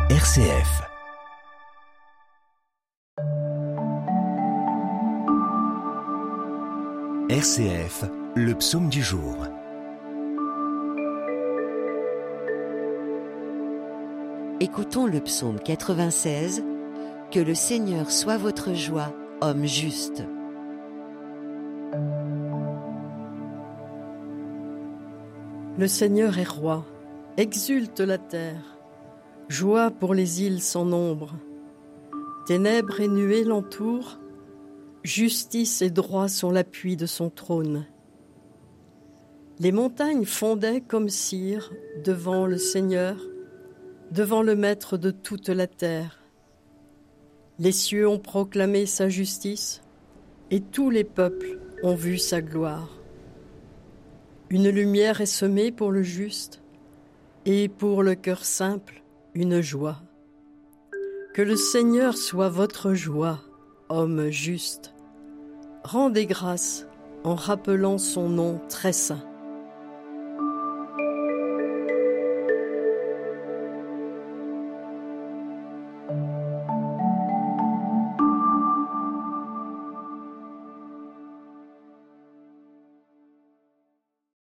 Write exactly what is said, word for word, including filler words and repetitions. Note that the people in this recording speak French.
R C F. R C F, le psaume du jour. Écoutons le psaume quatre-vingt-seize. Que le Seigneur soit votre joie, homme juste. Le Seigneur est roi, exulte la terre, joie pour les îles sans nombre. Ténèbres et nuées l'entourent, justice et droit sont l'appui de son trône. Les montagnes fondaient comme cire devant le Seigneur, devant le Maître de toute la terre. Les cieux ont proclamé sa justice, et tous les peuples ont vu sa gloire. Une lumière est semée pour le juste, et pour le cœur simple, une joie. Que le Seigneur soit votre joie, homme juste. Rendez grâce en rappelant son nom très saint.